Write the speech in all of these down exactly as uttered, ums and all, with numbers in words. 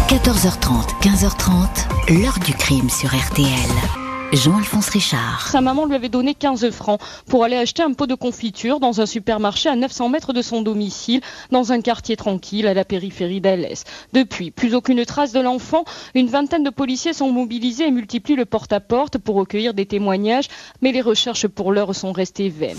quatorze heures trente, quinze heures trente, l'heure du crime sur R T L. Jean-Alphonse Richard. Sa maman lui avait donné quinze francs pour aller acheter un pot de confiture dans un supermarché à neuf cents mètres de son domicile, dans un quartier tranquille à la périphérie d'Alès. Depuis, plus aucune trace de l'enfant. Une vingtaine de policiers sont mobilisés et multiplient le porte-à-porte pour recueillir des témoignages, mais les recherches pour l'heure sont restées vaines.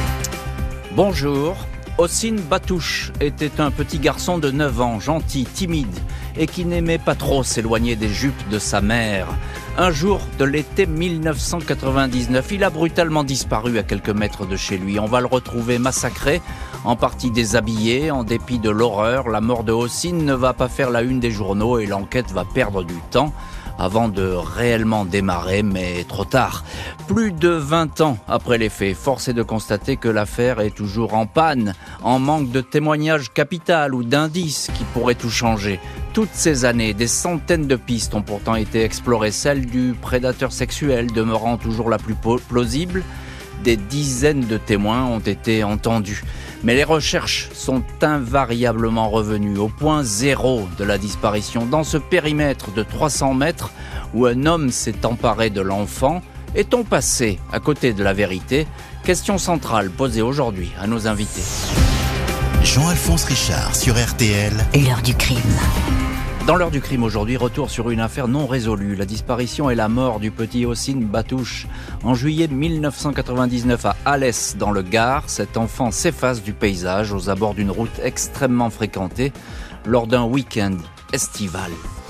Bonjour. Hossein Batouche était un petit garçon de neuf ans, gentil, timide, et qui n'aimait pas trop s'éloigner des jupes de sa mère. Un jour de l'été mille neuf cent quatre-vingt-dix-neuf, il a brutalement disparu à quelques mètres de chez lui. On va le retrouver massacré, en partie déshabillé. En dépit de l'horreur, la mort de Hossein ne va pas faire la une des journaux et l'enquête va perdre du temps avant de réellement démarrer, mais trop tard. Plus de vingt ans après les faits, force est de constater que l'affaire est toujours en panne, en manque de témoignages capitaux ou d'indices qui pourraient tout changer. Toutes ces années, des centaines de pistes ont pourtant été explorées, celle du prédateur sexuel demeurant toujours la plus plausible. Des dizaines de témoins ont été entendus. Mais les recherches sont invariablement revenues au point zéro de la disparition. Dans ce périmètre de trois cents mètres où un homme s'est emparé de l'enfant, est-on passé à côté de la vérité ? Question centrale posée aujourd'hui à nos invités. Jean-Alphonse Richard sur R T L. L'heure du crime. Dans l'heure du crime aujourd'hui, retour sur une affaire non résolue, la disparition et la mort du petit Hossein Batouche. En juillet mille neuf cent quatre-vingt-dix-neuf à Alès, dans le Gard, cet enfant s'efface du paysage aux abords d'une route extrêmement fréquentée lors d'un week-end estival.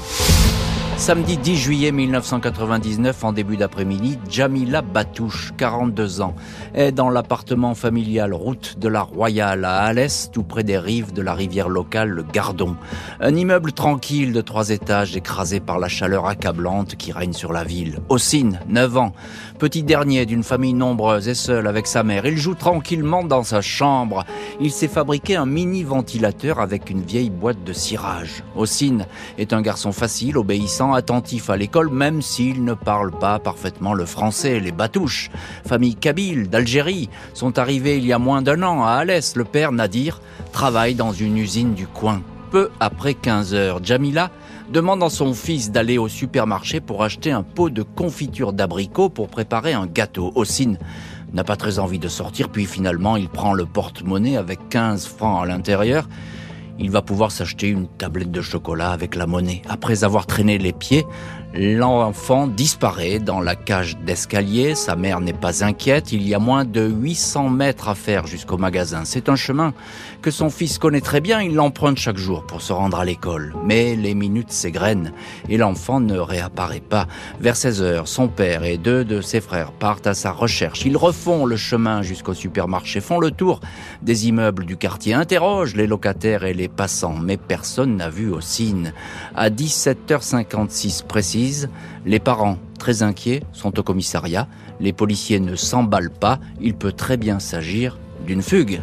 Samedi dix juillet mille neuf cent quatre-vingt-dix-neuf, en début d'après-midi, Jamila Batouche, quarante-deux ans, est dans l'appartement familial route de la Royale à Alès, tout près des rives de la rivière locale, le Gardon. Un immeuble tranquille de trois étages écrasé par la chaleur accablante qui règne sur la ville. Hossein, neuf ans, petit dernier d'une famille nombreuse et seul avec sa mère. Il joue tranquillement dans sa chambre. Il s'est fabriqué un mini-ventilateur avec une vieille boîte de cirage. Hossein est un garçon facile, obéissant, attentif à l'école, même s'il ne parle pas parfaitement le français. Les Batouche, famille kabyle d'Algérie, sont arrivés il y a moins d'un an à Alès. Le père, Nadir, travaille dans une usine du coin. Peu après quinze heures, Jamila demande à son fils d'aller au supermarché pour acheter un pot de confiture d'abricot pour préparer un gâteau. Hossein n'a pas très envie de sortir, puis finalement il prend le porte-monnaie avec quinze francs à l'intérieur. Il va pouvoir s'acheter une tablette de chocolat avec la monnaie. Après avoir traîné les pieds, l'enfant disparaît dans la cage d'escalier. Sa mère n'est pas inquiète. Il y a moins de huit cents mètres à faire jusqu'au magasin. C'est un chemin que son fils connaît très bien. Il l'emprunte chaque jour pour se rendre à l'école. Mais les minutes s'égrènent et l'enfant ne réapparaît pas. Vers seize heures, son père et deux de ses frères partent à sa recherche. Ils refont le chemin jusqu'au supermarché, font le tour des immeubles du quartier, interrogent les locataires et les passants. Mais personne n'a vu Hossein. À dix-sept heures cinquante-six précise, les parents, très inquiets, sont au commissariat. Les policiers ne s'emballent pas. Il peut très bien s'agir d'une fugue.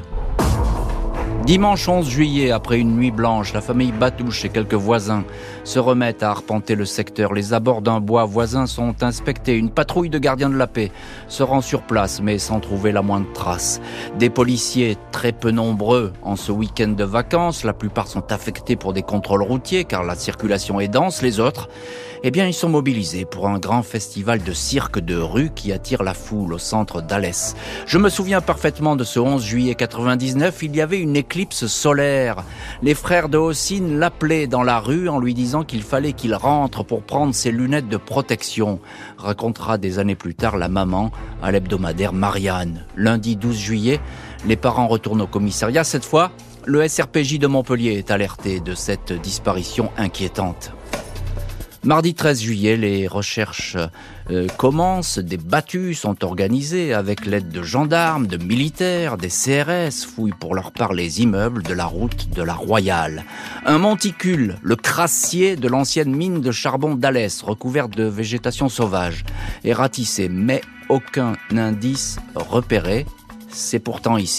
Dimanche onze juillet, après une nuit blanche, la famille Batouche et quelques voisins se remettent à arpenter le secteur. Les abords d'un bois voisin sont inspectés. Une patrouille de gardiens de la paix se rend sur place, mais sans trouver la moindre trace. Des policiers très peu nombreux en ce week-end de vacances. La plupart sont affectés pour des contrôles routiers, car la circulation est dense. Les autres, eh bien, ils sont mobilisés pour un grand festival de cirque de rue qui attire la foule au centre d'Alès. Je me souviens parfaitement de ce onze juillet quatre-vingt-dix-neuf. Il y avait une éclipse solaire. Les frères de Hossein l'appelaient dans la rue en lui disant qu'il fallait qu'il rentre pour prendre ses lunettes de protection, racontera des années plus tard la maman à l'hebdomadaire Marianne. Lundi douze juillet, les parents retournent au commissariat. Cette fois, le S R P J de Montpellier est alerté de cette disparition inquiétante. Mardi treize juillet, les recherches euh, commencent, des battues sont organisées avec l'aide de gendarmes, de militaires, des C R S, fouillent pour leur part les immeubles de la route de la Royale. Un monticule, le crassier de l'ancienne mine de charbon d'Alès, recouvert de végétation sauvage, est ratissé, mais aucun indice repéré. C'est pourtant ici,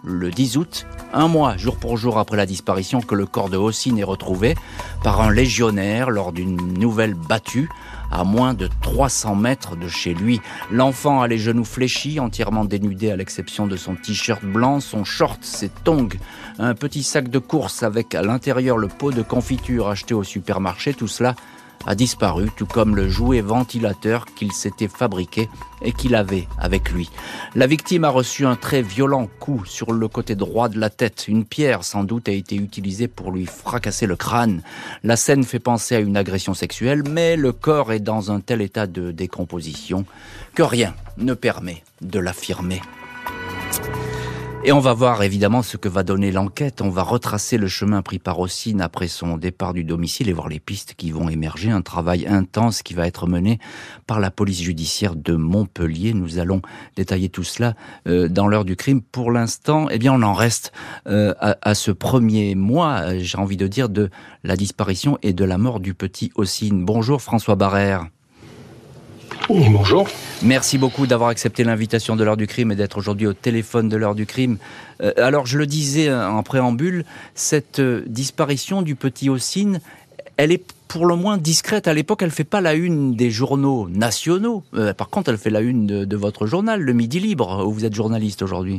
le dix août, un mois jour pour jour après la disparition, que le corps de Hossein est retrouvé par un légionnaire lors d'une nouvelle battue à moins de trois cents mètres de chez lui. L'enfant a les genoux fléchis, entièrement dénudé à l'exception de son t-shirt blanc, son short, ses tongs, un petit sac de course avec à l'intérieur le pot de confiture acheté au supermarché. Tout cela a disparu, tout comme le jouet ventilateur qu'il s'était fabriqué et qu'il avait avec lui. La victime a reçu un très violent coup sur le côté droit de la tête. Une pierre, sans doute, a été utilisée pour lui fracasser le crâne. La scène fait penser à une agression sexuelle, mais le corps est dans un tel état de décomposition que rien ne permet de l'affirmer. Et on va voir évidemment ce que va donner l'enquête. On va retracer le chemin pris par Hossein après son départ du domicile et voir les pistes qui vont émerger. Un travail intense qui va être mené par la police judiciaire de Montpellier. Nous allons détailler tout cela euh, dans l'heure du crime. Pour l'instant, eh bien, on en reste euh, à, à ce premier mois, euh, j'ai envie de dire, de la disparition et de la mort du petit Hossein. Bonjour François Barrère. Oui, bonjour. Merci beaucoup d'avoir accepté l'invitation de l'heure du crime et d'être aujourd'hui au téléphone de l'heure du crime. Euh, alors, je le disais en préambule, cette euh, disparition du petit Hossein, elle est pour le moins discrète. À l'époque, elle ne fait pas la une des journaux nationaux. Euh, par contre, elle fait la une de, de votre journal, le Midi Libre, où vous êtes journaliste aujourd'hui.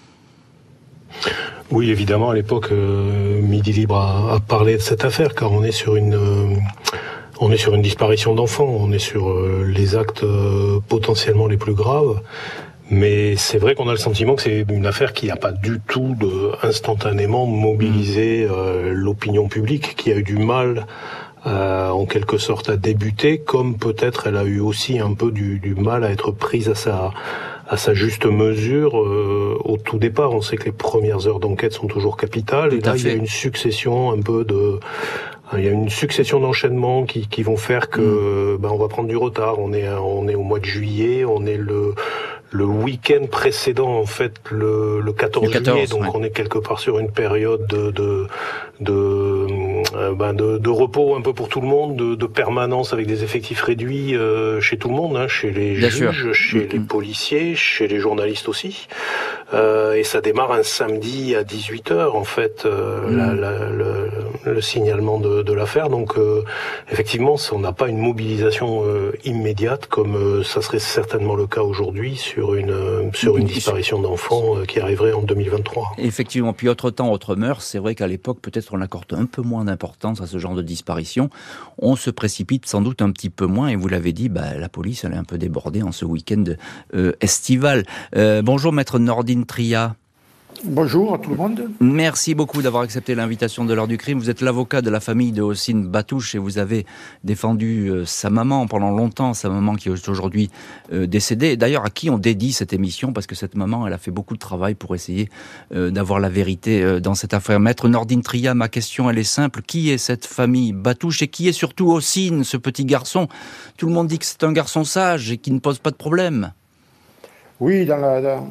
Oui, évidemment, à l'époque, euh, Midi Libre a, a parlé de cette affaire, car on est sur une... Euh, On est sur une disparition d'enfants, on est sur euh, les actes euh, potentiellement les plus graves, mais c'est vrai qu'on a le sentiment que c'est une affaire qui n'a pas du tout de, instantanément mobilisé euh, l'opinion publique, qui a eu du mal euh, en quelque sorte à débuter, comme peut-être elle a eu aussi un peu du, du mal à être prise à sa, à sa juste mesure euh, au tout départ. On sait que les premières heures d'enquête sont toujours capitales, et là il y a une succession un peu de... Il y a une succession d'enchaînements qui, qui vont faire que, mmh. ben, on va prendre du retard. On est, on est au mois de juillet, on est le, le week-end précédent, en fait, le, le quatorze juillet. Donc, ouais. On est quelque part sur une période de, de, de, euh, ben, de, de repos un peu pour tout le monde, de, de permanence avec des effectifs réduits euh, chez tout le monde, hein, chez les Bien juges, sûr. chez mmh. les policiers, chez les journalistes aussi. Euh, et ça démarre un samedi à dix-huit heures, en fait, euh, mmh. la, la, le, le signalement de, de l'affaire. Donc, euh, effectivement, on n'a pas une mobilisation euh, immédiate, comme euh, ça serait certainement le cas aujourd'hui sur une, euh, sur une disparition d'enfants euh, qui arriverait en deux mille vingt-trois. Effectivement. Puis, autre temps, autre mœurs. C'est vrai qu'à l'époque, peut-être on accorde un peu moins d'importance à ce genre de disparition. On se précipite sans doute un petit peu moins. Et vous l'avez dit, bah, la police, elle est un peu débordée en ce week-end euh, estival. Euh, bonjour, maître Nordine Tria. Bonjour à tout le monde. Merci beaucoup d'avoir accepté l'invitation de l'heure du crime. Vous êtes l'avocat de la famille de Hossein Batouche et vous avez défendu euh, sa maman pendant longtemps, sa maman qui est aujourd'hui euh, décédée. Et d'ailleurs, à qui on dédie cette émission, parce que cette maman, elle a fait beaucoup de travail pour essayer euh, d'avoir la vérité euh, dans cette affaire. Maître Nordine Tria, ma question, elle est simple. Qui est cette famille Batouche et qui est surtout Hossein, ce petit garçon? Tout le monde dit que c'est un garçon sage et qui ne pose pas de problème. Oui, dans la... Dans...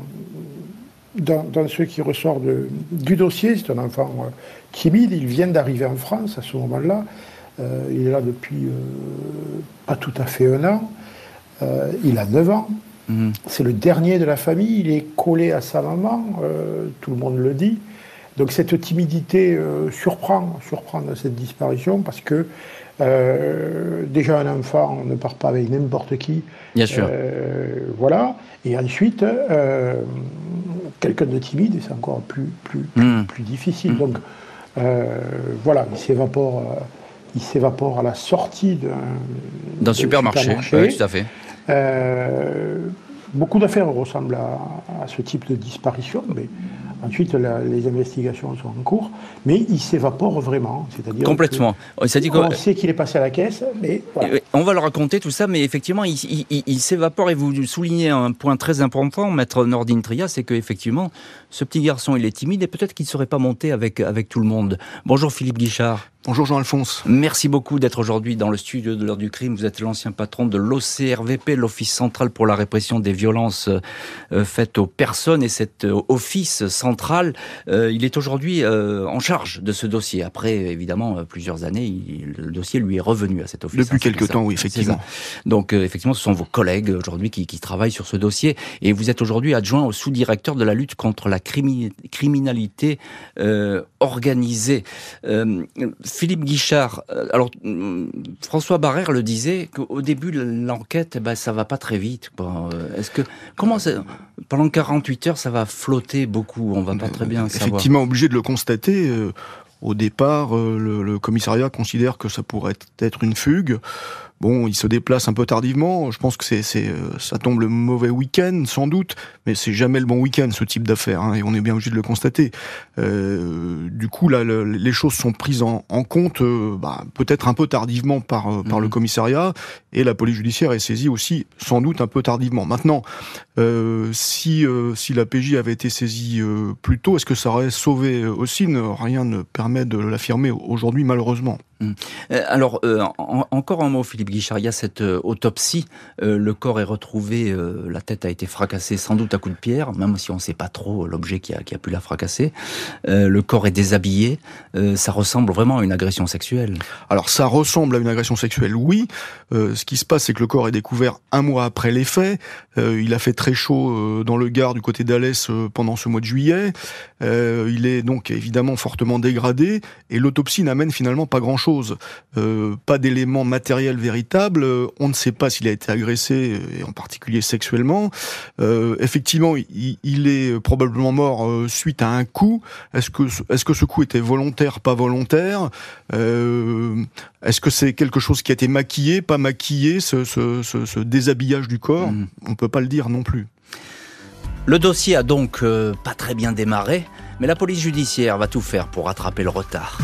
Dans, dans ce qui ressort de, du dossier, c'est un enfant euh, timide, il vient d'arriver en France à ce moment-là, euh, il est là depuis euh, pas tout à fait un an, euh, il a neuf ans, mmh. c'est le dernier de la famille, il est collé à sa maman, euh, tout le monde le dit, donc cette timidité euh, surprend, surprend dans cette disparition, parce que euh, déjà un enfant ne part pas avec n'importe qui, bien sûr, euh, voilà, et ensuite euh, quelqu'un de timide, et c'est encore plus, plus, plus, mmh. plus difficile. Mmh. Donc, euh, voilà, il s'évapore, euh, il s'évapore à la sortie d'un, d'un supermarché. supermarché. Oui, tout à fait. Euh, beaucoup d'affaires ressemblent à, à ce type de disparition, mais ensuite la, les investigations sont en cours, mais il s'évapore vraiment. C'est-à-dire complètement. C'est-à-dire on que... sait qu'il est passé à la caisse, mais voilà. On va le raconter tout ça, mais effectivement, il, il, il, il s'évapore. Et vous soulignez un point très important, maître Nordine Tria, c'est qu'effectivement, ce petit garçon, il est timide et peut-être qu'il ne serait pas monté avec, avec tout le monde. Bonjour Philippe Guichard. Bonjour Jean-Alphonse. Merci beaucoup d'être aujourd'hui dans le studio de l'heure du crime. Vous êtes l'ancien patron de l'O C R V P, l'Office central pour la répression des violences euh, faites aux personnes. Et cet euh, office central, euh, il est aujourd'hui euh, en charge de ce dossier. Après, évidemment, euh, plusieurs années, il, le dossier lui est revenu à cet office. Depuis hein, quelques temps, oui, effectivement. Donc, euh, effectivement, ce sont vos collègues aujourd'hui qui, qui travaillent sur ce dossier. Et vous êtes aujourd'hui adjoint au sous-directeur de la lutte contre la crimi- criminalité euh, organisée. Euh, Philippe Guichard, alors François Barrère le disait qu'au début de l'enquête, ben, ça va pas très vite. Quoi. Est-ce que comment ça, pendant quarante-huit heures, ça va flotter beaucoup, on va pas très bien savoir. Effectivement, obligé de le constater. Euh, au départ, euh, le, le commissariat considère que ça pourrait être une fugue. Bon, il se déplace un peu tardivement. Je pense que c'est, c'est, ça tombe le mauvais week-end, sans doute, mais c'est jamais le bon week-end, ce type d'affaires, hein, et on est bien obligé de le constater. Euh, du coup, là, le, les choses sont prises en, en compte, euh, bah, peut-être un peu tardivement par, euh, par mmh. le commissariat, et la police judiciaire est saisie aussi, sans doute un peu tardivement. Maintenant, euh, si, euh, si la P J avait été saisie euh, plus tôt, est-ce que ça aurait sauvé Hossein ? Rien ne permet de l'affirmer aujourd'hui, malheureusement. Alors, euh, en, encore un mot, Philippe Guichard, il y a cette euh, autopsie, euh, le corps est retrouvé, euh, la tête a été fracassée sans doute à coups de pierre, même si on ne sait pas trop l'objet qui a, qui a pu la fracasser. Euh, le corps est déshabillé, euh, ça ressemble vraiment à une agression sexuelle. Alors ça ressemble à une agression sexuelle, oui. Euh, ce qui se passe, c'est que le corps est découvert un mois après les faits. Euh, il a fait très chaud euh, dans le Gard du côté d'Alès euh, pendant ce mois de juillet. Euh, il est donc évidemment fortement dégradé, et l'autopsie n'amène finalement pas grand-chose. Euh, pas d'éléments matériels véritables, euh, on ne sait pas s'il a été agressé, et en particulier sexuellement. Euh, effectivement, il, il est probablement mort euh, suite à un coup. Est-ce que, est-ce que ce coup était volontaire, pas volontaire ? euh, Est-ce que c'est quelque chose qui a été maquillé, pas maquillé, ce, ce, ce, ce déshabillage du corps ? mmh. On ne peut pas le dire non plus. Le dossier a donc euh, pas très bien démarré, mais la police judiciaire va tout faire pour rattraper le retard.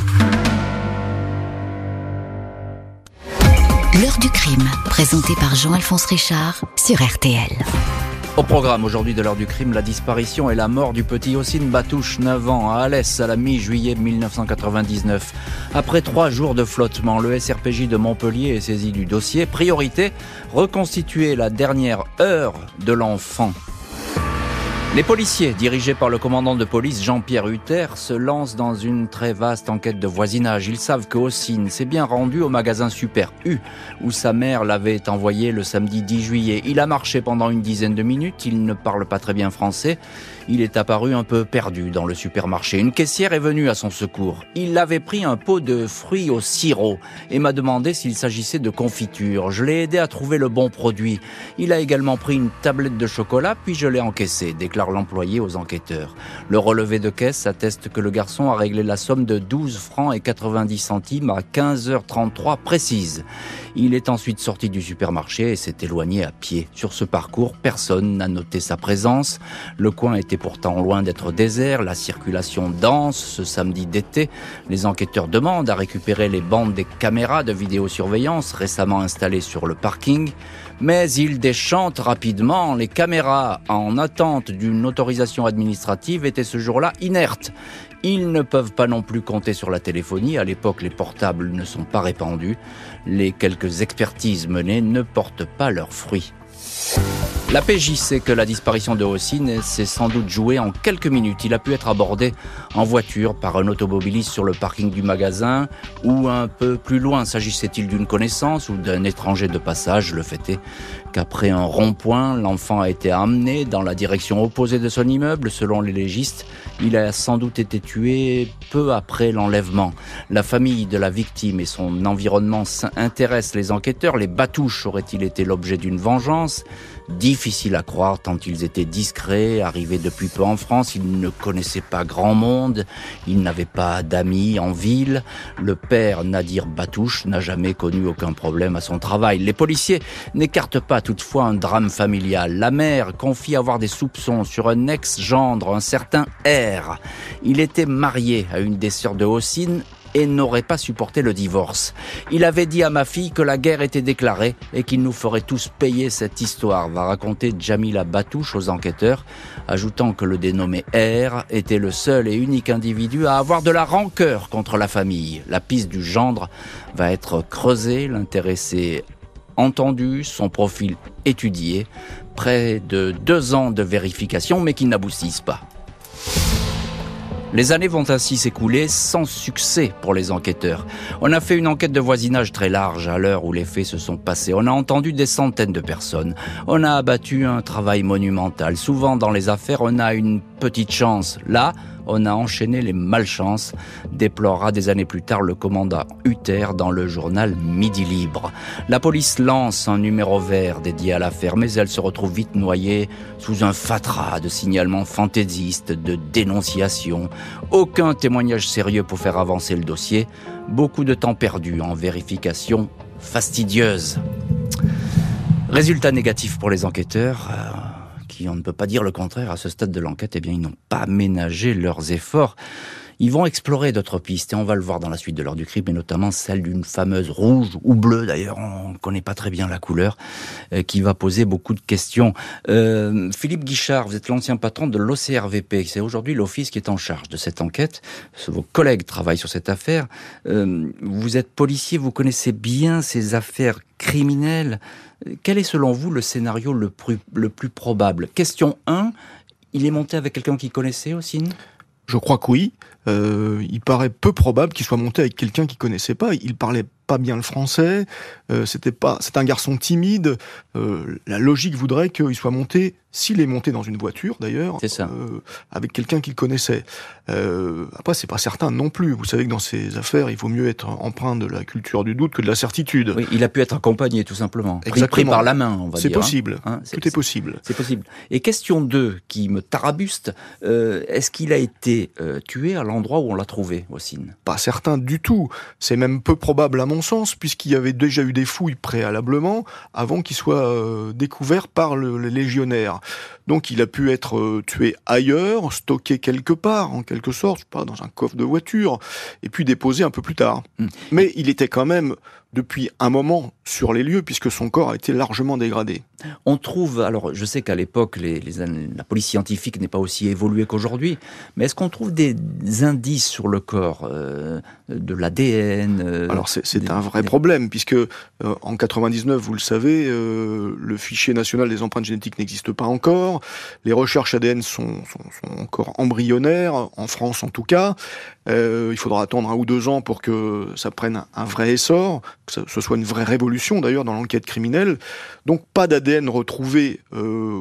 L'heure du crime, présentée par Jean-Alphonse Richard sur R T L. Au programme aujourd'hui de l'heure du crime, la disparition et la mort du petit Hossein Batouche, neuf ans, à Alès, à la mi-juillet dix-neuf cent quatre-vingt-dix-neuf. Après trois jours de flottement, le S R P J de Montpellier est saisi du dossier. Priorité, reconstituer la dernière heure de l'enfant. Les policiers, dirigés par le commandant de police Jean-Pierre Hutter, se lancent dans une très vaste enquête de voisinage. Ils savent que Hossein s'est bien rendu au magasin Super U, où sa mère l'avait envoyé le samedi dix juillet. Il a marché pendant une dizaine de minutes, il ne parle pas très bien français. Il est apparu un peu perdu dans le supermarché. Une caissière est venue à son secours. Il avait pris un pot de fruits au sirop et m'a demandé s'il s'agissait de confiture. Je l'ai aidé à trouver le bon produit. Il a également pris une tablette de chocolat, puis je l'ai encaissé, déclare l'employé aux enquêteurs. Le relevé de caisse atteste que le garçon a réglé la somme de douze francs et quatre-vingt-dix centimes à quinze heures trente-trois précises. Il est ensuite sorti du supermarché et s'est éloigné à pied. Sur ce parcours, personne n'a noté sa présence. Le coin était pourtant loin d'être désert, la circulation dense ce samedi d'été. Les enquêteurs demandent à récupérer les bandes des caméras de vidéosurveillance récemment installées sur le parking. Mais ils déchantent rapidement. Les caméras en attente d'une autorisation administrative étaient ce jour-là inertes. Ils ne peuvent pas non plus compter sur la téléphonie. À l'époque, les portables ne sont pas répandus. Les quelques expertises menées ne portent pas leurs fruits. La P J sait que la disparition de Hossein s'est sans doute jouée en quelques minutes. Il a pu être abordé en voiture par un automobiliste sur le parking du magasin ou un peu plus loin. S'agissait-il d'une connaissance ou d'un étranger de passage ? Le fait est qu'après un rond-point, l'enfant a été amené dans la direction opposée de son immeuble. Selon les légistes, il a sans doute été tué peu après l'enlèvement. La famille de la victime et son environnement intéressent les enquêteurs. Les Batouches auraient-ils été l'objet d'une vengeance ? Difficile à croire tant ils étaient discrets, arrivés depuis peu en France, ils ne connaissaient pas grand monde, ils n'avaient pas d'amis en ville. Le père Nadir Batouche n'a jamais connu aucun problème à son travail. Les policiers n'écartent pas toutefois un drame familial. La mère confie avoir des soupçons sur un ex-gendre, un certain R. Il était marié à une des sœurs de Hossein, et n'aurait pas supporté le divorce. Il avait dit à ma fille que la guerre était déclarée et qu'il nous ferait tous payer cette histoire, va raconter Djamila Batouche aux enquêteurs, ajoutant que le dénommé R était le seul et unique individu à avoir de la rancœur contre la famille. La piste du gendre va être creusée, l'intéressé entendu, son profil étudié, près de deux ans de vérification mais qui n'aboutissent pas. Les années vont ainsi s'écouler sans succès pour les enquêteurs. On a fait une enquête de voisinage très large à l'heure où les faits se sont passés. On a entendu des centaines de personnes. On a abattu un travail monumental. Souvent dans les affaires, on a une petite chance. Là, on a enchaîné les malchances, déplorera des années plus tard le commandant Hutter dans le journal Midi Libre. La police lance un numéro vert dédié à l'affaire, mais elle se retrouve vite noyée sous un fatras de signalements fantaisistes, de dénonciations. Aucun témoignage sérieux pour faire avancer le dossier. Beaucoup de temps perdu en vérification fastidieuse. Résultat négatif pour les enquêteurs. Euh... qui, on ne peut pas dire le contraire, à ce stade de l'enquête, eh bien, ils n'ont pas ménagé leurs efforts. Ils vont explorer d'autres pistes, et on va le voir dans la suite de l'heure du crime, et notamment celle d'une fameuse rouge, ou bleue d'ailleurs, on ne connaît pas très bien la couleur, euh, qui va poser beaucoup de questions. Euh, Philippe Guichard, vous êtes l'ancien patron de l'O C R V P, c'est aujourd'hui l'office qui est en charge de cette enquête. Vos collègues travaillent sur cette affaire. Euh, vous êtes policier, vous connaissez bien ces affaires criminelles. Quel est selon vous le scénario le plus, le plus probable ? Question un, il est monté avec quelqu'un qu'il connaissait aussi ? Je crois que oui. Euh, il paraît peu probable qu'il soit monté avec quelqu'un qu'il connaissait pas. Il parlait pas bien le français. Euh, c'était pas, c'est un garçon timide. Euh, la logique voudrait qu'il soit monté, s'il est monté dans une voiture d'ailleurs, c'est ça. Euh, avec quelqu'un qu'il connaissait. Euh, après, c'est pas certain non plus. Vous savez que dans ces affaires, il vaut mieux être empreint de la culture du doute que de la certitude. Oui, il a pu être accompagné tout simplement. Exactement. Pris par la main, on va c'est dire. Possible. Hein. C'est possible. Tout est possible. C'est possible. Et question deux, qui me tarabuste, euh, est-ce qu'il a été euh, tué à l'endroit où on l'a trouvé, Ossine ? Pas certain du tout. C'est même peu probable à mon sens, puisqu'il y avait déjà eu des fouilles préalablement avant qu'il soit euh, découvert par le, les légionnaires. Donc il a pu être euh, tué ailleurs, stocké quelque part, en quelque sorte, je sais pas, dans un coffre de voiture, et puis déposé un peu plus tard. Mmh. Mais il était quand même, depuis un moment, sur les lieux, puisque son corps a été largement dégradé. On trouve, alors je sais qu'à l'époque, les, les, la police scientifique n'est pas aussi évoluée qu'aujourd'hui, mais est-ce qu'on trouve des indices sur le corps, euh, de l'A D N euh, Alors c'est, c'est des, un vrai des... problème, puisque euh, en quatre-vingt-dix-neuf, vous le savez, euh, le fichier national des empreintes génétiques n'existe pas encore, les recherches A D N sont, sont, sont encore embryonnaires, en France en tout cas, euh, il faudra attendre un ou deux ans pour que ça prenne un, un vrai essor, que ce soit une vraie révolution d'ailleurs dans l'enquête criminelle, donc pas d'A D N retrouvé euh,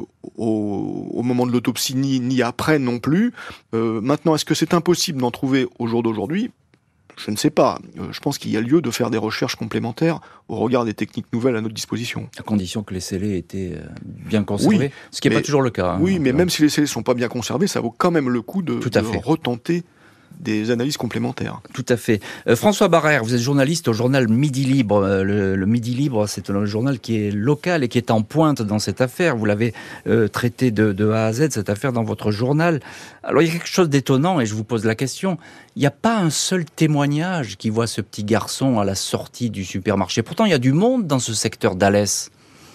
au, au moment de l'autopsie ni, ni après non plus. Euh, maintenant, est-ce que c'est impossible d'en trouver au jour d'aujourd'hui ? Je ne sais pas. Euh, je pense qu'il y a lieu de faire des recherches complémentaires au regard des techniques nouvelles à notre disposition. À condition que les scellés étaient bien conservés, oui, ce qui n'est pas toujours le cas. Hein, oui, mais euh... même si les scellés ne sont pas bien conservés, ça vaut quand même le coup de, Tout à de fait. retenter des analyses complémentaires. Tout à fait. Euh, François Barrère, vous êtes journaliste au journal Midi Libre. Euh, le, le Midi Libre, c'est un journal qui est local et qui est en pointe dans cette affaire. Vous l'avez euh, traité de, de A à Z, cette affaire, dans votre journal. Alors, il y a quelque chose d'étonnant, et je vous pose la question. Il n'y a pas un seul témoignage qui voit ce petit garçon à la sortie du supermarché. Pourtant, il y a du monde dans ce secteur d'Alès.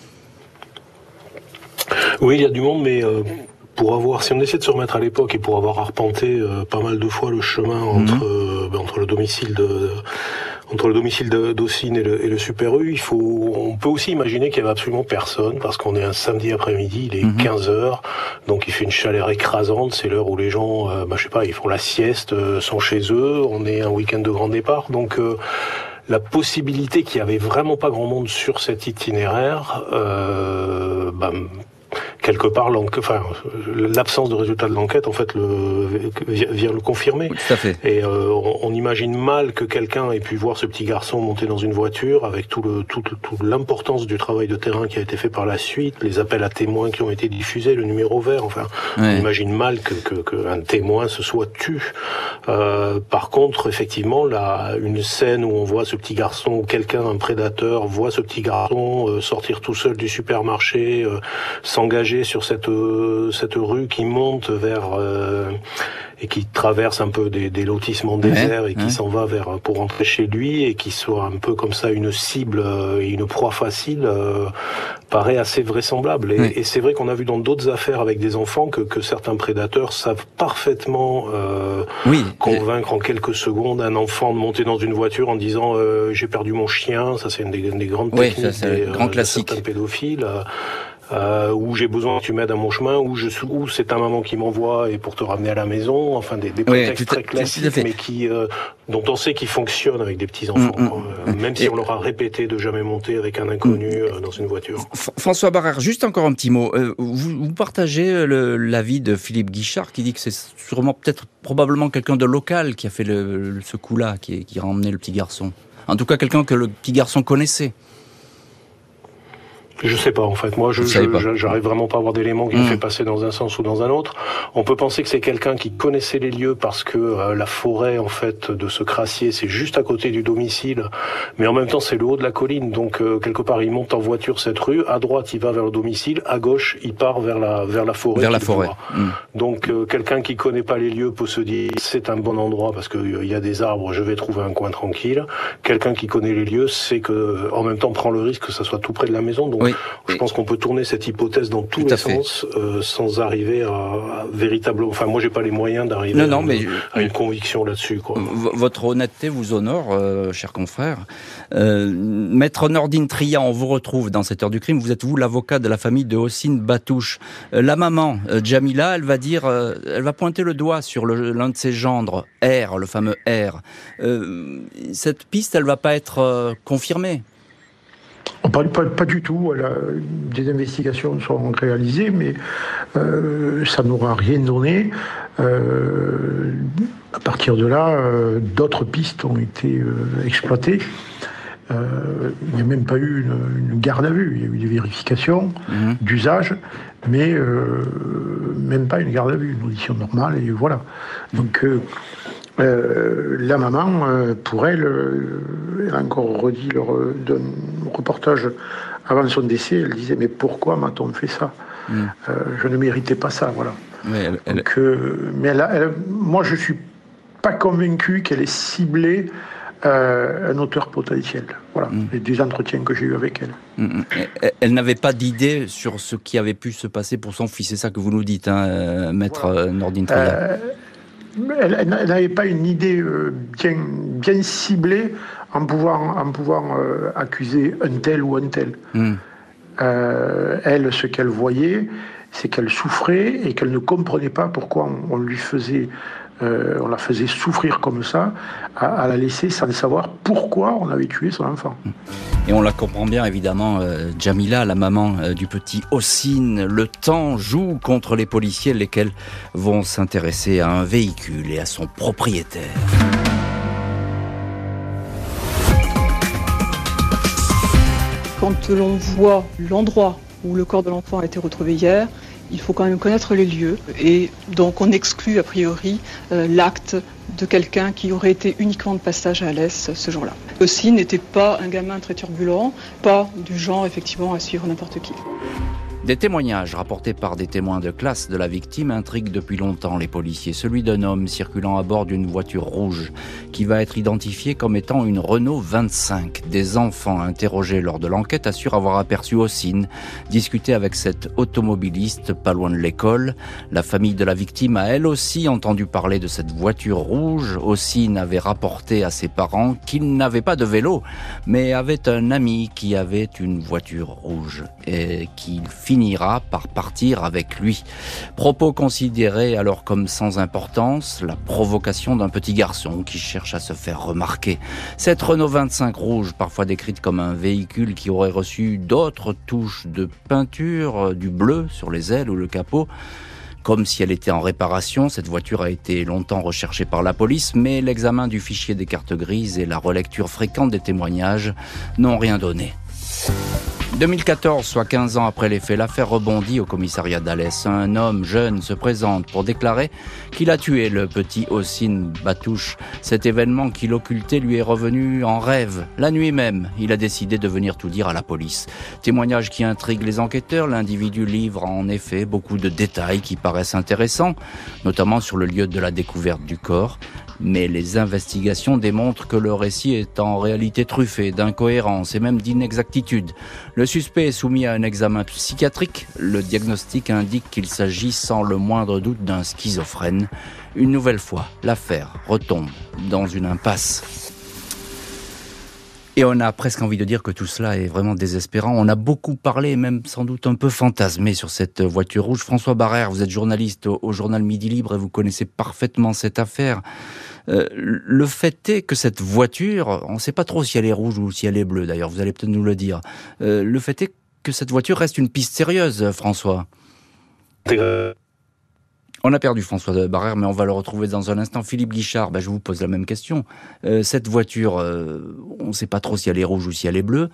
Oui, il y a du monde, mais... Euh... Pour avoir, si on essaie de se remettre à l'époque et pour avoir arpenté euh, pas mal de fois le chemin entre, mmh. euh, ben, entre le domicile de, de entre le domicile de, d'Ossine et le, et le Super U, il faut, on peut aussi imaginer qu'il y avait absolument personne parce qu'on est un samedi après-midi, il est mmh. quinze heures, donc il fait une chaleur écrasante, c'est l'heure où les gens, euh, ben, je sais pas, ils font la sieste, euh, sont chez eux, on est un week-end de grand départ, donc. Euh, La possibilité qu'il y avait vraiment pas grand monde sur cet itinéraire, euh, ben, quelque part, enfin, l'absence de résultat de l'enquête, en fait, le, vient le confirmer. Oui, tout à fait. Et euh, on, on imagine mal que quelqu'un ait pu voir ce petit garçon monter dans une voiture avec tout le, tout, toute l'importance du travail de terrain qui a été fait par la suite, les appels à témoins qui ont été diffusés, le numéro vert. Enfin, ouais. On imagine mal que, que, que un témoin se soit tu. Euh, par contre, effectivement, là, une scène où on voit ce petit garçon, où quelqu'un, un prédateur, voit ce petit garçon euh, sortir tout seul du supermarché, euh, s'engager trajet sur cette euh, cette rue qui monte vers euh, et qui traverse un peu des, des lotissements déserts, ouais, et qui ouais. s'en va vers pour rentrer chez lui, et qui soit un peu comme ça une cible euh, et une proie facile, euh, paraît assez vraisemblable. Et, ouais. et c'est vrai qu'on a vu dans d'autres affaires avec des enfants que, que certains prédateurs savent parfaitement euh, oui. convaincre en quelques secondes un enfant de monter dans une voiture en disant euh, j'ai perdu mon chien. Ça, c'est une des, une des grandes oui, techniques ça, c'est des, un grand euh, classique. de certains pédophiles. Euh, Euh, où j'ai besoin que tu m'aides à mon chemin, où je où c'est ta maman qui m'envoie et pour te ramener à la maison, enfin des, des prétextes oui, très à, classiques, mais qui euh, dont on sait qu'ils fonctionnent avec des petits enfants, mmh, mmh. Euh, même si et on leur a répété de jamais monter avec un inconnu mmh. euh, dans une voiture. F- François Barrère, juste encore un petit mot. Euh, vous, vous partagez le, l'avis de Philippe Guichard qui dit que c'est sûrement peut-être probablement quelqu'un de local qui a fait le, le, ce coup-là, qui, qui a emmené le petit garçon. En tout cas, quelqu'un que le petit garçon connaissait. Je sais pas, en fait. Moi, je, je, je j'arrive vraiment pas à avoir d'éléments qui mmh. me fait passer dans un sens ou dans un autre. On peut penser que c'est quelqu'un qui connaissait les lieux parce que euh, la forêt, en fait, de ce crassier, c'est juste à côté du domicile. Mais en même temps, c'est le haut de la colline. Donc, euh, quelque part, il monte en voiture cette rue. À droite, il va vers le domicile. À gauche, il part vers la, vers la forêt. Vers la forêt. Mmh. Donc, euh, quelqu'un qui connaît pas les lieux peut se dire, c'est un bon endroit parce que il y a des arbres, je vais trouver un coin tranquille. Quelqu'un qui connaît les lieux, c'est que, en même temps, prend le risque que ça soit tout près de la maison. Donc, oui. Je pense qu'on peut tourner cette hypothèse dans tous Tout les sens euh, sans arriver à, à véritablement... Enfin, moi, j'ai pas les moyens d'arriver non, non, à, mais, à une conviction là-dessus, quoi. V- votre honnêteté vous honore, euh, cher confrère. Euh, Maître Nordine Tria, on vous retrouve dans cette heure du crime. Vous êtes, vous, l'avocat de la famille de Hossein Batouche. Euh, la maman, euh, Jamila, elle va dire... Euh, elle va pointer le doigt sur le, l'un de ses gendres, R, le fameux R. Euh, cette piste, elle va pas être euh, confirmée. Pas, pas, pas du tout. Elle a, des investigations sont réalisées, mais euh, ça n'aura rien donné. Euh, à partir de là, euh, d'autres pistes ont été euh, exploitées. Euh, il n'y a même pas eu une, une garde à vue. Il y a eu des vérifications mmh. d'usage, mais euh, même pas une garde à vue, une audition normale, et voilà. Donc... Euh, Euh, la maman, euh, pour elle, euh, elle a encore redit lors d'un reportage avant son décès, elle disait « Mais pourquoi m'a-t-on fait ça mmh. euh, Je ne méritais pas ça, voilà. » elle, elle... Donc, euh, mais elle a, elle, moi, je ne suis pas convaincu qu'elle ait ciblé euh, un auteur potentiel. Voilà, mmh. les deux entretiens que j'ai eus avec elle. Mmh. Elle, elle n'avait pas d'idée sur ce qui avait pu se passer pour son fils, c'est ça que vous nous dites, hein, Maître voilà. Nordine Tria. Euh, Elle, elle n'avait pas une idée euh, bien, bien ciblée en pouvant, en pouvant euh, accuser un tel ou un tel. Mm. Euh, elle, ce qu'elle voyait, c'est qu'elle souffrait et qu'elle ne comprenait pas pourquoi on, on lui faisait, euh, on la faisait souffrir comme ça, à, à la laisser sans savoir pourquoi on avait tué son enfant. Et on la comprend bien, évidemment, euh, Jamila, la maman euh, du petit Hossein. Le temps joue contre les policiers, lesquels vont s'intéresser à un véhicule et à son propriétaire. Quand l'on voit l'endroit où le corps de l'enfant a été retrouvé hier, il faut quand même connaître les lieux. Et donc on exclut a priori euh, l'acte de quelqu'un qui aurait été uniquement de passage à Alès ce jour-là. Hossein n'était pas un gamin très turbulent, pas du genre effectivement à suivre n'importe qui. Des témoignages rapportés par des témoins de classe de la victime intriguent depuis longtemps les policiers. Celui d'un homme circulant à bord d'une voiture rouge qui va être identifié comme étant une Renault vingt-cinq. Des enfants interrogés lors de l'enquête assurent avoir aperçu Hossein discuter avec cet automobiliste pas loin de l'école. La famille de la victime a elle aussi entendu parler de cette voiture rouge. Hossein avait rapporté à ses parents qu'il n'avait pas de vélo, mais avait un ami qui avait une voiture rouge et qu'il finira par partir avec lui. Propos considérés alors comme sans importance, la provocation d'un petit garçon qui cherche à se faire remarquer. Cette Renault vingt-cinq rouge, parfois décrite comme un véhicule qui aurait reçu d'autres touches de peinture, du bleu sur les ailes ou le capot, comme si elle était en réparation. Cette voiture a été longtemps recherchée par la police, mais l'examen du fichier des cartes grises et la relecture fréquente des témoignages n'ont rien donné. deux mille quatorze, soit quinze ans après les faits, l'affaire rebondit au commissariat d'Alès. Un homme jeune se présente pour déclarer qu'il a tué le petit Hossein Batouche. Cet événement qu'il occultait lui est revenu en rêve. La nuit même, il a décidé de venir tout dire à la police. Témoignage qui intrigue les enquêteurs. L'individu livre en effet beaucoup de détails qui paraissent intéressants, notamment sur le lieu de la découverte du corps. Mais les investigations démontrent que le récit est en réalité truffé d'incohérences et même d'inexactitudes. Le suspect est soumis à un examen psychiatrique. Le diagnostic indique qu'il s'agit sans le moindre doute d'un schizophrène. Une nouvelle fois, l'affaire retombe dans une impasse. Et on a presque envie de dire que tout cela est vraiment désespérant. On a beaucoup parlé, et même sans doute un peu fantasmé sur cette voiture rouge. François Barrère, vous êtes journaliste au, au journal Midi Libre et vous connaissez parfaitement cette affaire. Euh, le fait est que cette voiture, on ne sait pas trop si elle est rouge ou si elle est bleue d'ailleurs, vous allez peut-être nous le dire. Euh, le fait est que cette voiture reste une piste sérieuse, François. On a perdu François Barrère, mais on va le retrouver dans un instant. Philippe Guichard, ben je vous pose la même question. Euh, cette voiture, euh, on ne sait pas trop si elle est rouge ou si elle est bleue.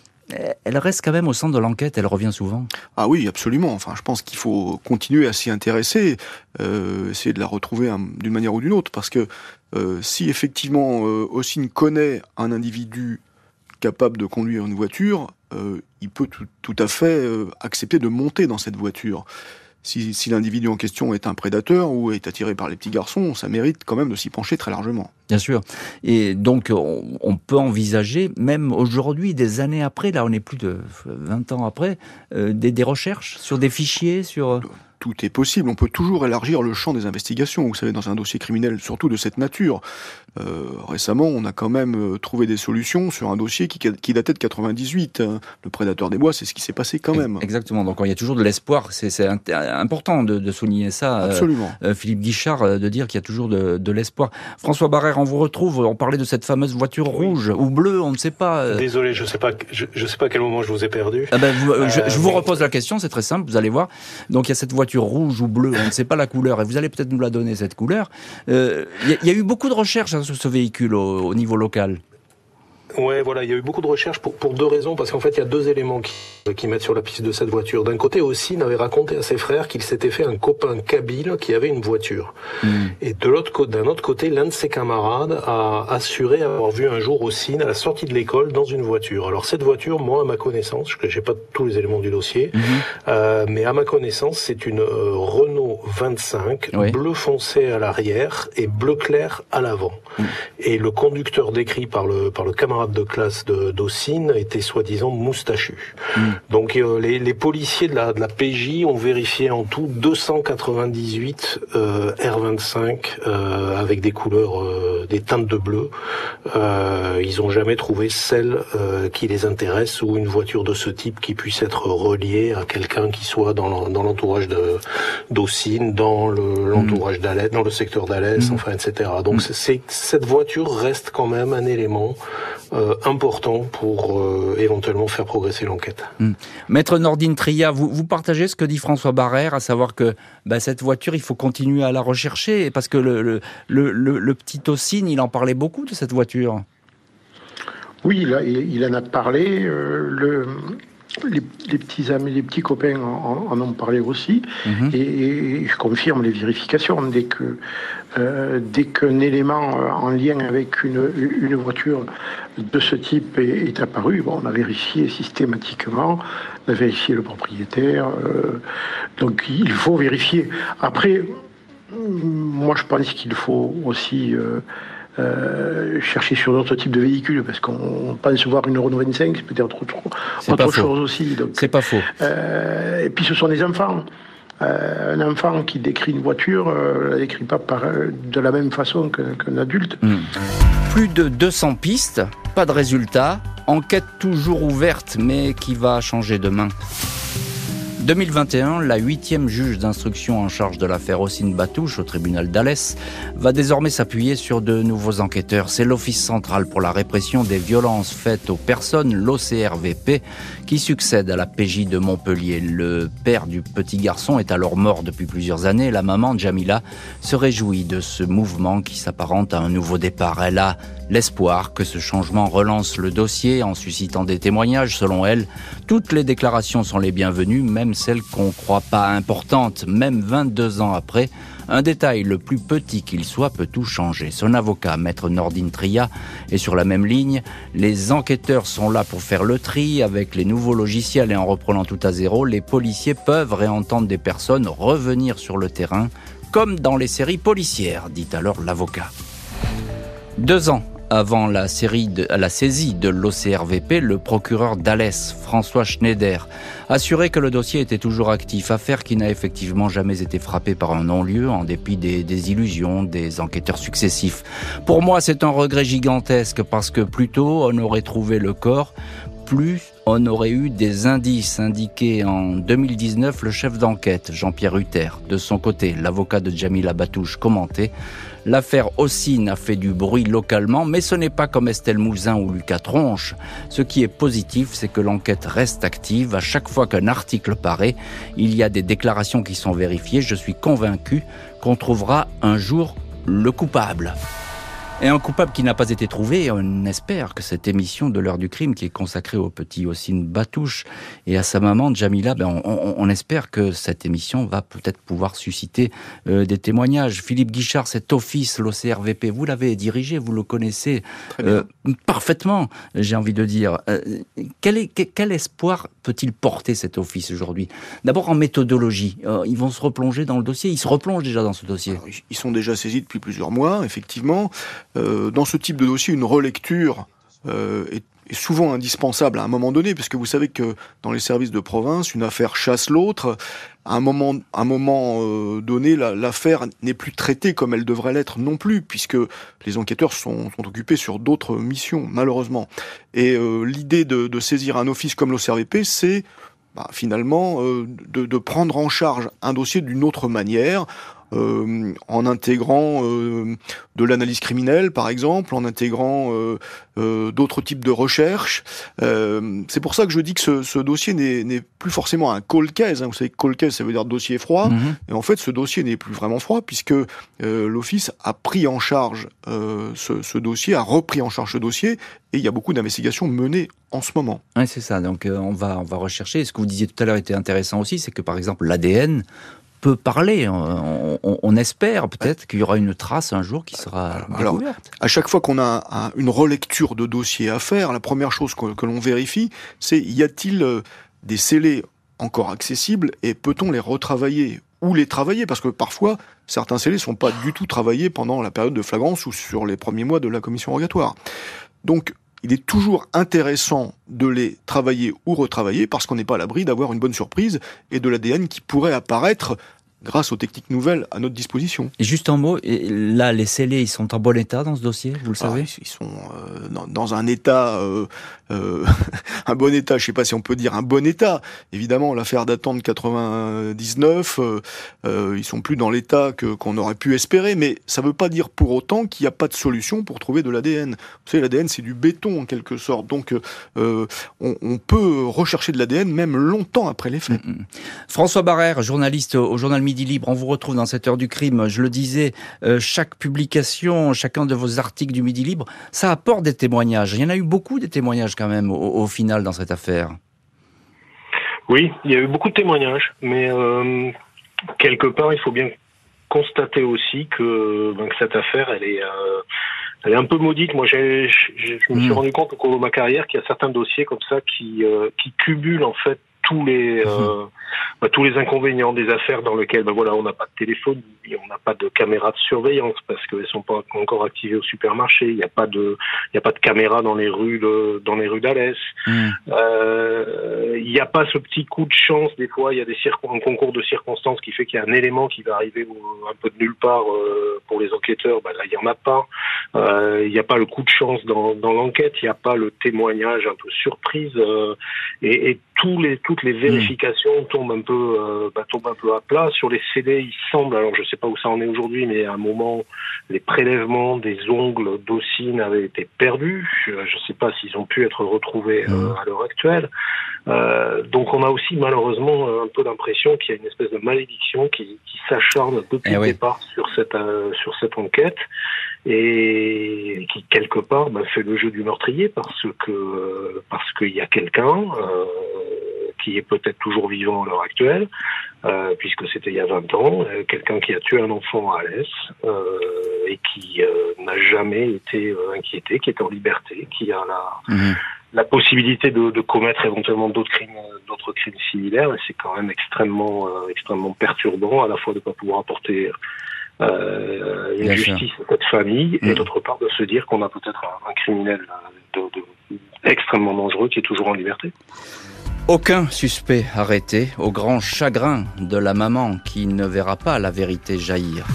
Elle reste quand même au centre de l'enquête, elle revient souvent. Ah oui, absolument. Enfin, je pense qu'il faut continuer à s'y intéresser, euh, essayer de la retrouver hein, d'une manière ou d'une autre, parce que euh, si effectivement euh, Hossein connaît un individu capable de conduire une voiture, euh, il peut tout, tout à fait euh, accepter de monter dans cette voiture. Si, si l'individu en question est un prédateur ou est attiré par les petits garçons, ça mérite quand même de s'y pencher très largement. Bien sûr. Et donc, on, on peut envisager, même aujourd'hui, des années après, là on est plus de vingt ans après, euh, des, des recherches sur des fichiers, sur... Tout est possible. On peut toujours élargir le champ des investigations. Vous savez, dans un dossier criminel, surtout de cette nature. Euh, récemment, on a quand même trouvé des solutions sur un dossier qui, qui datait de quatre-vingt-dix-huit. Le prédateur des bois, c'est ce qui s'est passé quand même. Exactement. Donc il y a toujours de l'espoir. C'est, c'est important de, de souligner ça. Absolument. Euh, Philippe Guichard, de dire qu'il y a toujours de, de l'espoir. François Barrère, on vous retrouve. On parlait de cette fameuse voiture oui. rouge ou bleue, on ne sait pas. Désolé, je sais pas. Je, je sais pas à quel moment je vous ai perdu. Ah ben, vous, euh, je, je vous repose la question. C'est très simple. Vous allez voir. Donc il y a cette voiture rouge ou bleue, on ne sait pas la couleur, et vous allez peut-être nous la donner, cette couleur. Il euh, y, y a eu beaucoup de recherches hein, sur ce véhicule au, au niveau local. Ouais, voilà, il y a eu beaucoup de recherches pour, pour deux raisons, parce qu'en fait, il y a deux éléments qui, qui mettent sur la piste de cette voiture. D'un côté, Hossein avait raconté à ses frères qu'il s'était fait un copain kabyle qui avait une voiture. Mmh. Et de l'autre côté, d'un autre côté, l'un de ses camarades a assuré avoir vu un jour Hossein à la sortie de l'école dans une voiture. Alors cette voiture, moi, à ma connaissance, je j'ai pas tous les éléments du dossier, mmh. euh, mais à ma connaissance, c'est une euh, Renault vingt-cinq, oui. bleu foncé à l'arrière et bleu clair à l'avant. Mmh. Et le conducteur décrit par le par le camarade de classe de d'Hossein était soi-disant moustachu. Mmh. Donc euh, les, les policiers de la, de la P J ont vérifié en tout deux cent quatre-vingt-dix-huit euh, R vingt-cinq euh, avec des couleurs, euh, des teintes de bleu. Euh, ils n'ont jamais trouvé celle euh, qui les intéresse ou une voiture de ce type qui puisse être reliée à quelqu'un qui soit dans, dans l'entourage de d'Hossein, dans le, l'entourage mmh. d'Alès, dans le secteur d'Alès, mmh. enfin et cetera. Donc mmh. c'est, cette voiture reste quand même un élément Euh, important pour euh, éventuellement faire progresser l'enquête. Mmh. Maître Nordine Tria, vous, vous partagez ce que dit François Barrère, à savoir que bah, cette voiture, il faut continuer à la rechercher, parce que le, le, le, le, le petit Hossein, il en parlait beaucoup de cette voiture. Oui, il, a, il, il en a parlé. Euh, le... Les, les petits amis, les petits copains en, en ont parlé aussi, mmh. et, et je confirme les vérifications. Dès que euh, dès qu'un élément en lien avec une, une voiture de ce type est, est apparu, bon, on a vérifié systématiquement, on a vérifié le propriétaire. Euh, donc il faut vérifier. Après, moi je pense qu'il faut aussi euh, Euh, chercher sur d'autres types de véhicules, parce qu'on pense voir une Renault vingt-cinq, c'est peut-être autre, autre chose aussi. Donc, c'est pas faux. Euh, et puis ce sont des enfants. Euh, un enfant qui décrit une voiture ne euh, la décrit pas par, de la même façon qu'un, qu'un adulte. Mmh. Plus de deux cents pistes, pas de résultats, enquête toujours ouverte, mais qui va changer demain. deux mille vingt et un, la huitième juge d'instruction en charge de l'affaire Hossein Batouche au tribunal d'Alès va désormais s'appuyer sur de nouveaux enquêteurs. C'est l'Office central pour la répression des violences faites aux personnes, l'O C R V P, qui succède à la P J de Montpellier. Le père du petit garçon est alors mort depuis plusieurs années. La maman, Jamila, se réjouit de ce mouvement qui s'apparente à un nouveau départ. Elle a l'espoir que ce changement relance le dossier en suscitant des témoignages. Selon elle, toutes les déclarations sont les bienvenues, même celles qu'on ne croit pas importantes. Même vingt-deux ans après, un détail le plus petit qu'il soit peut tout changer. Son avocat, maître Nordine Tria, est sur la même ligne. Les enquêteurs sont là pour faire le tri. Avec les nouveaux logiciels et en reprenant tout à zéro, les policiers peuvent réentendre des personnes, revenir sur le terrain, comme dans les séries policières, dit alors l'avocat. Deux ans avant la, série de, la saisie de l'O C R V P, le procureur d'Alès, François Schneider, assurait que le dossier était toujours actif, affaire qui n'a effectivement jamais été frappée par un non-lieu, en dépit des, des illusions des enquêteurs successifs. Pour moi, c'est un regret gigantesque, parce que plus tôt on aurait trouvé le corps, plus on aurait eu des indices, indiqués en deux mille dix-neuf le chef d'enquête, Jean-Pierre Hutter. De son côté, l'avocat de Jamila Batouche commentait: l'affaire Hossein a fait du bruit localement, mais ce n'est pas comme Estelle Mouzin ou Lucas Tronche. Ce qui est positif, c'est que l'enquête reste active. À chaque fois qu'un article paraît, il y a des déclarations qui sont vérifiées. Je suis convaincu qu'on trouvera un jour le coupable. Et un coupable qui n'a pas été trouvé, on espère que cette émission de l'heure du crime, qui est consacrée au petit Hossein Batouche et à sa maman Jamila, ben on, on, on espère que cette émission va peut-être pouvoir susciter euh, des témoignages. Philippe Guichard, cet office, l'O C R V P, vous l'avez dirigé, vous le connaissez euh, parfaitement, j'ai envie de dire. Euh, quel, est, quel espoir peut-il porter cet office aujourd'hui ? D'abord en méthodologie, euh, ils vont se replonger dans le dossier, ils se replongent déjà dans ce dossier. Alors, ils sont déjà saisis depuis plusieurs mois, effectivement. Euh, dans ce type de dossier, une relecture euh, est, est souvent indispensable à un moment donné, puisque vous savez que dans les services de province, une affaire chasse l'autre. À un moment, à un moment euh, donné, la, l'affaire n'est plus traitée comme elle devrait l'être non plus, puisque les enquêteurs sont, sont occupés sur d'autres missions, malheureusement. Et euh, l'idée de, de saisir un office comme l'O C R V P, c'est bah, finalement euh, de, de prendre en charge un dossier d'une autre manière, Euh, en intégrant euh, de l'analyse criminelle, par exemple, en intégrant euh, euh, d'autres types de recherches. Euh, c'est pour ça que je dis que ce, ce dossier n'est, n'est plus forcément un cold case. Hein. Vous savez que cold case, ça veut dire dossier froid. Mmh. Et en fait, ce dossier n'est plus vraiment froid, puisque euh, l'Office a pris en charge euh, ce, ce dossier, a repris en charge ce dossier, et il y a beaucoup d'investigations menées en ce moment. Oui, c'est ça. Donc, euh, on va, on va rechercher. Et ce que vous disiez tout à l'heure était intéressant aussi, c'est que, par exemple, l'A D N peut parler. On, on, on espère peut-être qu'il y aura une trace un jour qui sera découverte. Alors, à chaque fois qu'on a un, une relecture de dossier à faire, la première chose que, que l'on vérifie, c'est y a-t-il des scellés encore accessibles et peut-on les retravailler ou les travailler, parce que parfois certains scellés ne sont pas du tout travaillés pendant la période de flagrance ou sur les premiers mois de la commission rogatoire. Donc il est toujours intéressant de les travailler ou retravailler, parce qu'on n'est pas à l'abri d'avoir une bonne surprise et de l'A D N qui pourrait apparaître grâce aux techniques nouvelles à notre disposition. Et juste en mots, là, les scellés, ils sont en bon état dans ce dossier, vous le savez ? Ah, ils sont euh, dans, dans un état, euh, euh, un bon état, je ne sais pas si on peut dire un bon état. Évidemment, l'affaire datant de quatre-vingt-dix-neuf, euh, euh, ils sont plus dans l'état que, qu'on aurait pu espérer, mais ça ne veut pas dire pour autant qu'il n'y a pas de solution pour trouver de l'A D N. Vous savez, l'A D N, c'est du béton en quelque sorte, donc euh, on, on peut rechercher de l'A D N même longtemps après les faits. Mmh. François Barrère, journaliste au journal Midi Libre, on vous retrouve dans cette heure du crime. Je le disais, euh, chaque publication, chacun de vos articles du Midi Libre, ça apporte des témoignages. Il y en a eu beaucoup des témoignages quand même au, au final dans cette affaire. Oui, il y a eu beaucoup de témoignages, mais euh, quelque part, il faut bien constater aussi que, ben, que cette affaire, elle est, euh, elle est un peu maudite. Moi, j'ai, j'ai, je me suis mmh. rendu compte au cours de ma carrière qu'il y a certains dossiers comme ça qui, euh, qui cumulent en fait tous les euh, bah, tous les inconvénients des affaires dans lesquelles bah, voilà, on n'a pas de téléphone, on n'a pas de caméras de surveillance parce qu'elles sont pas encore activées au supermarché, il n'y a pas de il y a pas de caméras dans les rues de, dans les rues d'Alès. Mmh. Euh, il n'y a pas ce petit coup de chance, des fois il y a des circon- un concours de circonstances qui fait qu'il y a un élément qui va arriver un peu de nulle part euh, pour les enquêteurs, bah, là il n'y en a pas. Euh, il n'y a pas le coup de chance dans, dans l'enquête, il n'y a pas le témoignage un peu surprise euh, et, et tous les, toutes les vérifications mmh. tombent un peu, euh, bah, tombent un peu à plat. Sur les C D, il semble, alors je sais pas où ça en est aujourd'hui, mais à un moment, les prélèvements des ongles d'Hossein avaient été perdus. Je, je sais pas s'ils ont pu être retrouvés euh, à l'heure actuelle. Euh, donc on a aussi malheureusement un peu l'impression qu'il y a une espèce de malédiction qui, qui s'acharne depuis eh le oui. départ sur cette, euh, sur cette enquête. Et qui quelque part bah, fait le jeu du meurtrier parce que euh, parce qu'il y a quelqu'un euh, qui est peut-être toujours vivant à l'heure actuelle, euh, puisque c'était il y a vingt ans, euh, quelqu'un qui a tué un enfant à Alès euh, et qui euh, n'a jamais été euh, inquiété, qui est en liberté, qui a la mmh. la possibilité de, de commettre éventuellement d'autres crimes, d'autres crimes similaires. Et c'est quand même extrêmement euh, extrêmement perturbant à la fois de ne pas pouvoir apporter Euh, une Bien justice sûr. à cette famille mmh. et d'autre part de se dire qu'on a peut-être un, un criminel de, de, extrêmement dangereux qui est toujours en liberté. Aucun suspect arrêté, au grand chagrin de la maman qui ne verra pas la vérité jaillir.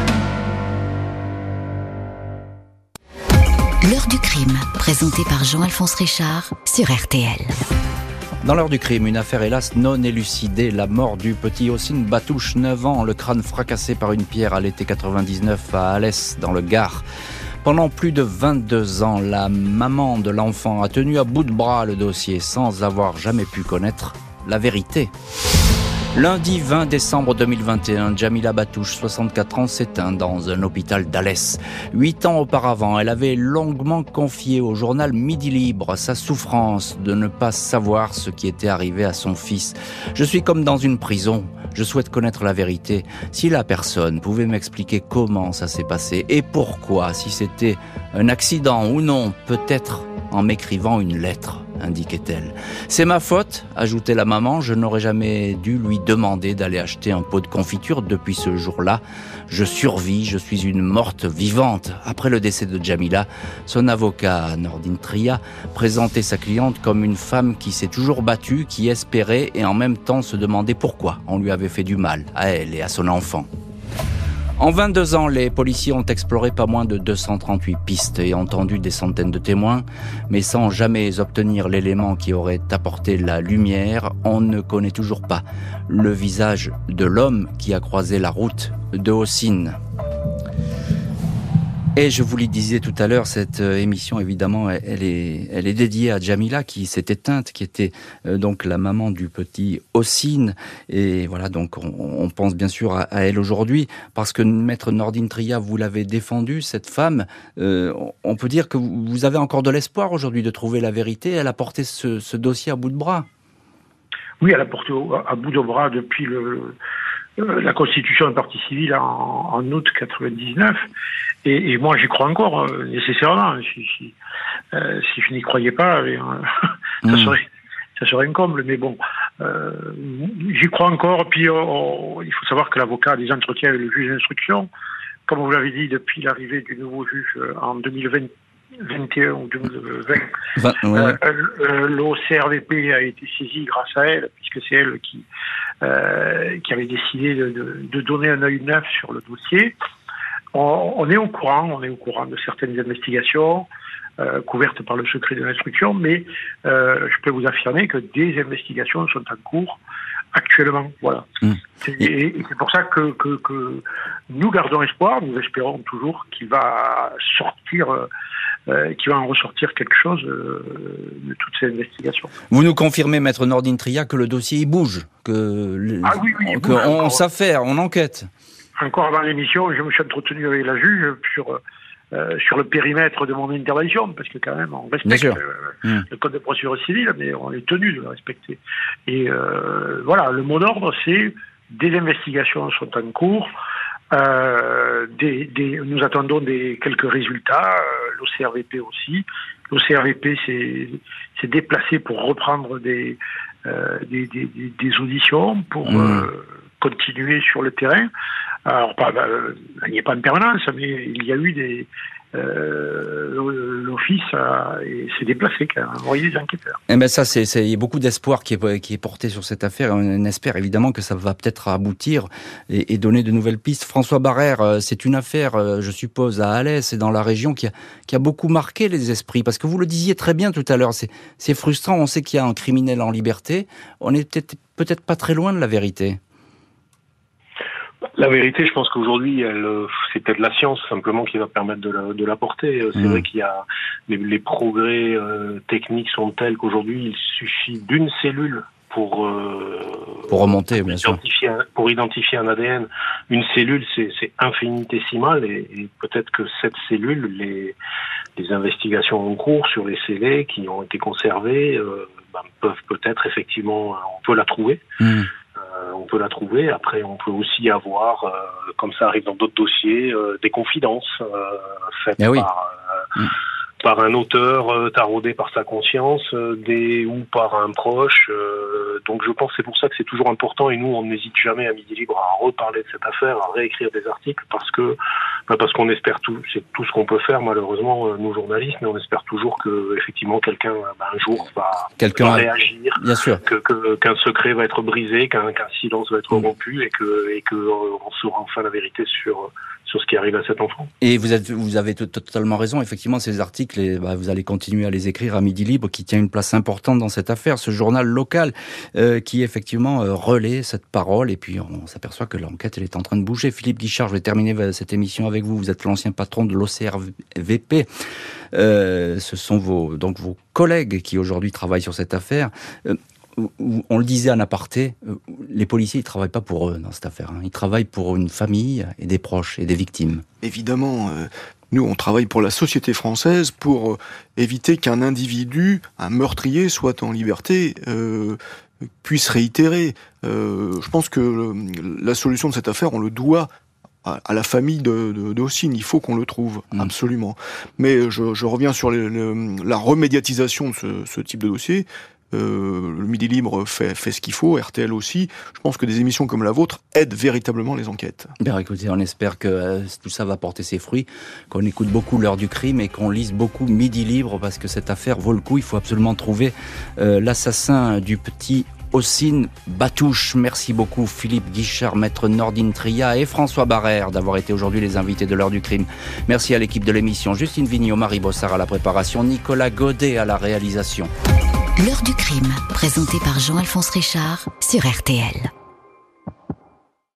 L'heure du crime, présentée par Jean-Alphonse Richard sur R T L. Dans l'heure du crime, une affaire hélas non élucidée, la mort du petit Hossein Batouche, neuf ans, le crâne fracassé par une pierre à l'été quatre-vingt-dix-neuf à Alès, dans le Gard. Pendant plus de vingt-deux ans, la maman de l'enfant a tenu à bout de bras le dossier sans avoir jamais pu connaître la vérité. Lundi vingt décembre deux mille vingt et un, Djamila Batouche, soixante-quatre ans, s'éteint dans un hôpital d'Alès. Huit ans auparavant, elle avait longuement confié au journal Midi Libre sa souffrance de ne pas savoir ce qui était arrivé à son fils. « Je suis comme dans une prison. Je souhaite connaître la vérité. Si la personne pouvait m'expliquer comment ça s'est passé et pourquoi, si c'était un accident ou non, peut-être en m'écrivant une lettre. » indiquait-elle. « C'est ma faute, ajoutait la maman, je n'aurais jamais dû lui demander d'aller acheter un pot de confiture depuis ce jour-là. Je survis, je suis une morte vivante. » Après le décès de Djamila, son avocat, Nordine Tria, présentait sa cliente comme une femme qui s'est toujours battue, qui espérait et en même temps se demandait pourquoi on lui avait fait du mal, à elle et à son enfant. En vingt-deux ans, les policiers ont exploré pas moins de deux cent trente-huit pistes et entendu des centaines de témoins, mais sans jamais obtenir l'élément qui aurait apporté la lumière, on ne connaît toujours pas le visage de l'homme qui a croisé la route de Hossein. Et je vous le disais tout à l'heure, cette émission, évidemment, elle est, elle est dédiée à Djamila, qui s'est éteinte, qui était euh, donc la maman du petit Hossein. Et voilà, donc on, on pense bien sûr à, à elle aujourd'hui, parce que Maître Nordine Tria, vous l'avez défendue, cette femme. Euh, on peut dire que vous avez encore de l'espoir aujourd'hui de trouver la vérité. Elle a porté ce, ce dossier à bout de bras. Oui, elle a porté à bout de bras depuis le, la Constitution de partie civile en, en août quatre-vingt-dix-neuf. Et, et moi, j'y crois encore, euh, nécessairement. Si, si, euh, si je n'y croyais pas, euh, ça, mmh. serait, ça serait un comble. Mais bon, euh, j'y crois encore. Puis, oh, oh, il faut savoir que l'avocat a des entretiens avec le juge d'instruction. Comme vous l'avez dit, depuis l'arrivée du nouveau juge euh, en deux mille vingt, vingt et un ou deux mille vingt, vingt, ouais. euh, euh, l'O C R V P a été saisi grâce à elle, puisque c'est elle qui, euh, qui avait décidé de, de, de donner un œil neuf sur le dossier. On est au courant, on est au courant de certaines investigations euh, couvertes par le secret de l'instruction, mais euh, je peux vous affirmer que des investigations sont en cours actuellement. Voilà. Mmh. Et, et c'est pour ça que, que, que nous gardons espoir, nous espérons toujours qu'il va sortir, euh, qu'il va en ressortir quelque chose euh, de toutes ces investigations. Vous nous confirmez, Maître Nordine Tria, que le dossier il bouge, que ah oui, oui, qu'on s'affaire, on enquête. Encore avant l'émission, je me suis entretenu avec la juge sur euh, sur le périmètre de mon intervention, parce que quand même on respecte euh, mmh. le code de procédure civile, mais on est tenu de le respecter. Et euh, voilà, le mot d'ordre, c'est des investigations sont en cours. Euh, des, des, nous attendons des quelques résultats. Euh, L'O C R V P aussi. L'O C R V P s'est, s'est déplacé pour reprendre des euh, des, des, des auditions pour mmh. euh, continuer sur le terrain. Alors, pas, bah, il n'y a pas de permanence, mais il y a eu des... Euh, l'office a, s'est déplacé, qui a envoyé des enquêteurs. Eh ben ça, c'est, c'est, il y a beaucoup d'espoir qui est, qui est porté sur cette affaire. On espère évidemment que ça va peut-être aboutir et, et donner de nouvelles pistes. François Barrère, c'est une affaire, je suppose, à Alès et dans la région qui a, qui a beaucoup marqué les esprits. Parce que vous le disiez très bien tout à l'heure, c'est, c'est frustrant. On sait qu'il y a un criminel en liberté. On est peut-être, peut-être pas très loin de la vérité. La vérité, je pense qu'aujourd'hui, elle, c'est peut-être la science simplement qui va permettre de, la, de l'apporter. C'est mmh. vrai qu'il y a les, les progrès euh, techniques sont tels qu'aujourd'hui, il suffit d'une cellule pour euh, pour remonter, pour bien identifier sûr. Un, pour identifier un A D N. Une cellule, c'est, c'est infinitésimal et, et peut-être que cette cellule, les, les investigations en cours sur les scellés qui ont été conservés euh, ben, peuvent peut-être effectivement, on peut la trouver. Mmh. On peut la trouver. Après, on peut aussi avoir, euh, comme ça arrive dans d'autres dossiers, euh, des confidences euh, faites oui. par, euh, mmh. par un auteur euh, taraudé par sa conscience, euh, des ou par un proche. Euh, donc, je pense que c'est pour ça que c'est toujours important. Et nous, on n'hésite jamais à Midi Libre à reparler de cette affaire, à réécrire des articles, parce que bah, parce qu'on espère tout. C'est tout ce qu'on peut faire, malheureusement, euh, nous journalistes, mais on espère toujours que effectivement quelqu'un bah, un jour va, quelqu'un va réagir, bien sûr, que, que qu'un secret va être brisé, qu'un, qu'un silence va être mmh. rompu, et que et que euh, on saura enfin la vérité sur sur ce qui arrive à cet enfant. Et vous êtes, vous avez t- totalement raison. Effectivement, ces articles, et, bah, vous allez continuer à les écrire à Midi Libre, qui tient une place importante dans cette affaire, ce journal local euh, qui effectivement euh, relaie cette parole. Et puis on s'aperçoit que l'enquête, elle est en train de bouger. Philippe Guichard, je vais terminer cette émission avec vous. Vous êtes l'ancien patron de l'O C R V P. Euh, ce sont vos donc vos collègues qui aujourd'hui travaillent sur cette affaire. Euh, On le disait en aparté, les policiers ils travaillent pas pour eux dans cette affaire. Hein. Ils travaillent pour une famille et des proches et des victimes. Évidemment, euh, nous on travaille pour la société française pour euh, éviter qu'un individu, un meurtrier, soit en liberté, euh, puisse réitérer. Euh, je pense que le, la solution de cette affaire, on le doit à, à la famille de, de, de Hossein. Il faut qu'on le trouve, mmh. absolument. Mais je, je reviens sur les, le, la remédiatisation de ce, ce type de dossier. Euh, le Midi Libre fait, fait ce qu'il faut, R T L aussi. Je pense que des émissions comme la vôtre aident véritablement les enquêtes. Bien, écoutez, on espère que euh, tout ça va porter ses fruits, qu'on écoute beaucoup l'heure du crime et qu'on lise beaucoup Midi Libre, parce que cette affaire vaut le coup. Il faut absolument trouver euh, l'assassin du petit Hossein Batouche. Merci beaucoup Philippe Guichard, maître Nordine Tria et François Barrère d'avoir été aujourd'hui les invités de l'heure du crime. Merci à l'équipe de l'émission, Justine Vignot, Marie Bossard à la préparation, Nicolas Godet à la réalisation. L'heure du crime, présentée par Jean-Alphonse Richard sur R T L.